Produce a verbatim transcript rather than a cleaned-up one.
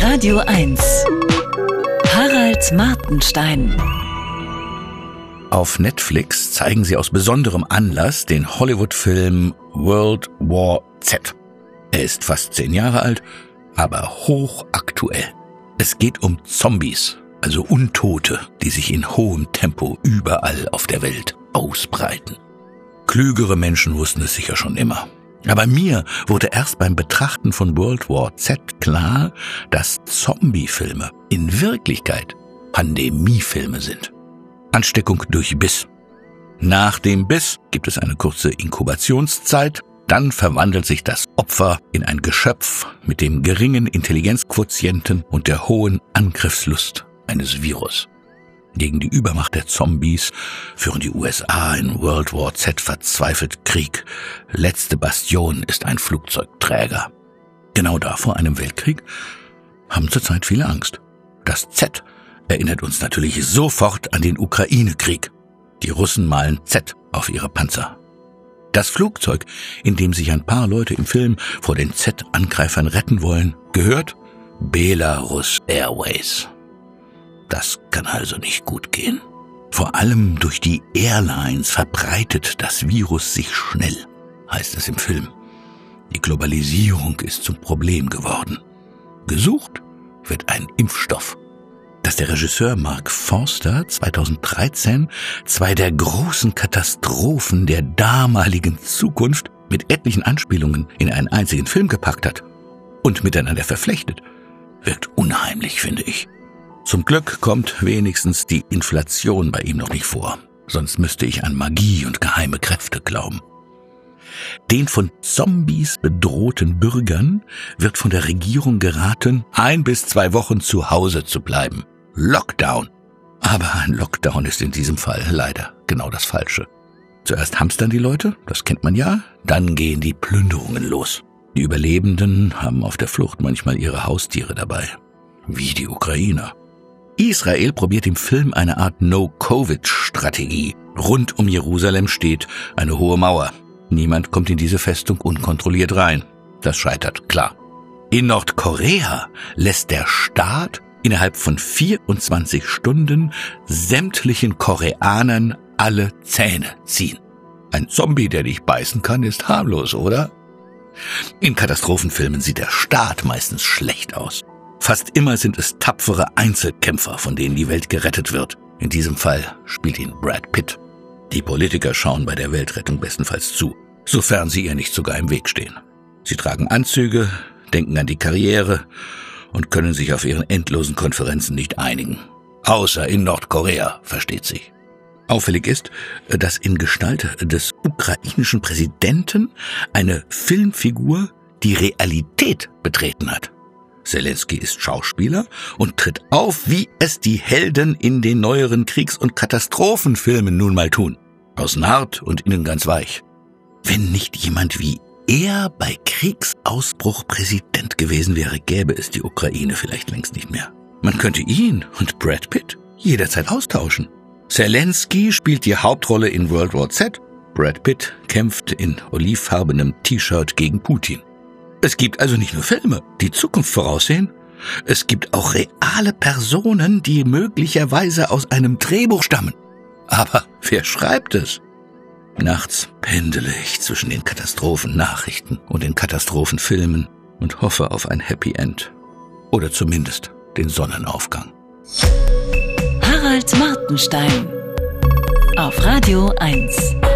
Radio eins. Harald Martenstein. Auf Netflix zeigen sie aus besonderem Anlass den Hollywood-Film World War Z. Er ist fast zehn Jahre alt, aber hochaktuell. Es geht um Zombies, also Untote, die sich in hohem Tempo überall auf der Welt ausbreiten. Klügere Menschen wussten es sicher schon immer. Aber mir wurde erst beim Betrachten von World War Z klar, dass Zombie-Filme in Wirklichkeit Pandemiefilme sind. Ansteckung durch Biss. Nach dem Biss gibt es eine kurze Inkubationszeit, dann verwandelt sich das Opfer in ein Geschöpf mit dem geringen Intelligenzquotienten und der hohen Angriffslust eines Virus. Gegen die Übermacht der Zombies führen die U S A in World War Z verzweifelt Krieg. Letzte Bastion ist ein Flugzeugträger. Genau da vor einem Weltkrieg haben zurzeit viele Angst. Das Z erinnert uns natürlich sofort an den Ukraine-Krieg. Die Russen malen Z auf ihre Panzer. Das Flugzeug, in dem sich ein paar Leute im Film vor den Z-Angreifern retten wollen, gehört Belarus Airways. Das kann also nicht gut gehen. Vor allem durch die Airlines verbreitet das Virus sich schnell, heißt es im Film. Die Globalisierung ist zum Problem geworden. Gesucht wird ein Impfstoff. Dass der Regisseur Mark Forster zweitausenddreizehn zwei der großen Katastrophen der damaligen Zukunft mit etlichen Anspielungen in einen einzigen Film gepackt hat und miteinander verflechtet, wirkt unheimlich, finde ich. Zum Glück kommt wenigstens die Inflation bei ihm noch nicht vor, sonst müsste ich an Magie und geheime Kräfte glauben. Den von Zombies bedrohten Bürgern wird von der Regierung geraten, ein bis zwei Wochen zu Hause zu bleiben. Lockdown. Aber ein Lockdown ist in diesem Fall leider genau das Falsche. Zuerst hamstern die Leute, das kennt man ja, dann gehen die Plünderungen los. Die Überlebenden haben auf der Flucht manchmal ihre Haustiere dabei, wie die Ukrainer. Israel probiert im Film eine Art No-Covid-Strategie. Rund um Jerusalem steht eine hohe Mauer. Niemand kommt in diese Festung unkontrolliert rein. Das scheitert, klar. In Nordkorea lässt der Staat innerhalb von vierundzwanzig Stunden sämtlichen Koreanern alle Zähne ziehen. Ein Zombie, der dich beißen kann, ist harmlos, oder? In Katastrophenfilmen sieht der Staat meistens schlecht aus. Fast immer sind es tapfere Einzelkämpfer, von denen die Welt gerettet wird. In diesem Fall spielt ihn Brad Pitt. Die Politiker schauen bei der Weltrettung bestenfalls zu, sofern sie ihr nicht sogar im Weg stehen. Sie tragen Anzüge, denken an die Karriere und können sich auf ihren endlosen Konferenzen nicht einigen. Außer in Nordkorea, versteht sich. Auffällig ist, dass in Gestalt des ukrainischen Präsidenten eine Filmfigur die Realität betreten hat. Zelensky ist Schauspieler und tritt auf, wie es die Helden in den neueren Kriegs- und Katastrophenfilmen nun mal tun. Außen hart und innen ganz weich. Wenn nicht jemand wie er bei Kriegsausbruch Präsident gewesen wäre, gäbe es die Ukraine vielleicht längst nicht mehr. Man könnte ihn und Brad Pitt jederzeit austauschen. Zelensky spielt die Hauptrolle in World War Z. Brad Pitt kämpft in olivfarbenem T-Shirt gegen Putin. Es gibt also nicht nur Filme, die Zukunft voraussehen, es gibt auch reale Personen, die möglicherweise aus einem Drehbuch stammen. Aber wer schreibt es? Nachts pendele ich zwischen den Katastrophennachrichten und den Katastrophenfilmen und hoffe auf ein Happy End. Oder zumindest den Sonnenaufgang. Harald Martenstein auf Radio eins.